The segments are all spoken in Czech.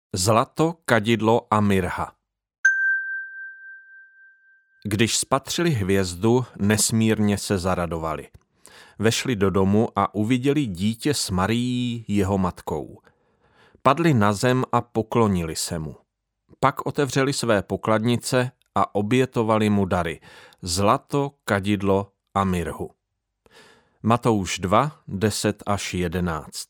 Zlato, kadidlo a mirha. Když spatřili hvězdu, nesmírně se zaradovali. Vešli do domu a uviděli dítě s Marií, jeho matkou. Padli na zem a poklonili se mu. Pak otevřeli své pokladnice a obětovali mu dary: zlato, kadidlo a mirhu. Matouš 2, 10 až 11.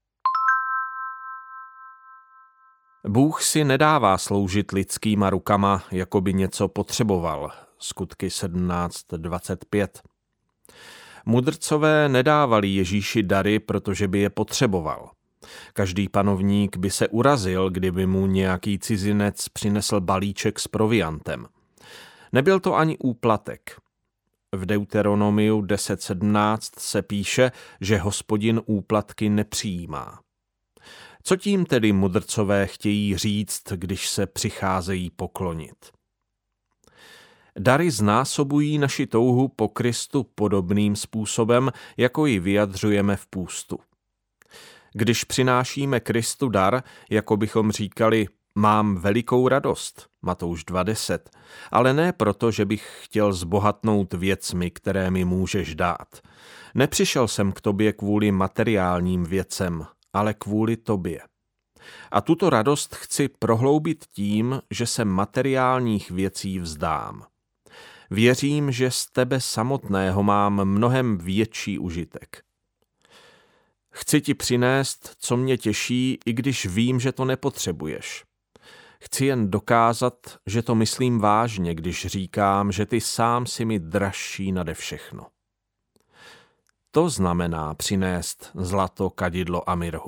Bůh si nedává sloužit lidskýma rukama, jako by něco potřeboval. Skutky 17:25. Mudrcové nedávali Ježíši dary, protože by je potřeboval. Každý panovník by se urazil, kdyby mu nějaký cizinec přinesl balíček s proviantem. Nebyl to ani úplatek. V Deuteronomiu 10:17 se píše, že Hospodin úplatky nepřijímá. Co tím tedy mudrcové chtějí říct, když se přicházejí poklonit? Dary znásobují naši touhu po Kristu podobným způsobem, jako ji vyjadřujeme v půstu. Když přinášíme Kristu dar, jako bychom říkali: mám velikou radost, Matouš 2:10, ale ne proto, že bych chtěl zbohatnout věcmi, které mi můžeš dát. Nepřišel jsem k tobě kvůli materiálním věcem, ale kvůli tobě. A tuto radost chci prohloubit tím, že se materiálních věcí vzdám. Věřím, že z tebe samotného mám mnohem větší užitek. Chci ti přinést, co mě těší, i když vím, že to nepotřebuješ. Chci jen dokázat, že to myslím vážně, když říkám, že ty sám si mi dražší nade všechno. To znamená přinést zlato, kadidlo a mirhu.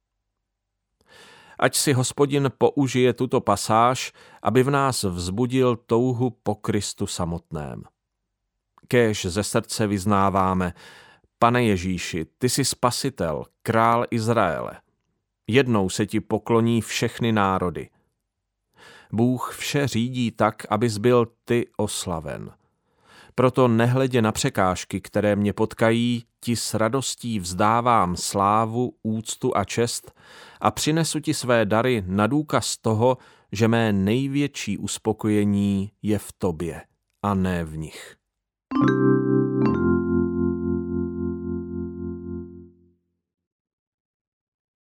Ať si Hospodin použije tuto pasáž, aby v nás vzbudil touhu po Kristu samotném. Kéž ze srdce vyznáváme: Pane Ježíši, ty jsi spasitel, král Izraele. Jednou se ti pokloní všechny národy. Bůh vše řídí tak, abys byl ty oslaven. Proto nehledě na překážky, které mě potkají, ti s radostí vzdávám slávu, úctu a čest a přinesu ti své dary na důkaz toho, že mé největší uspokojení je v tobě a ne v nich.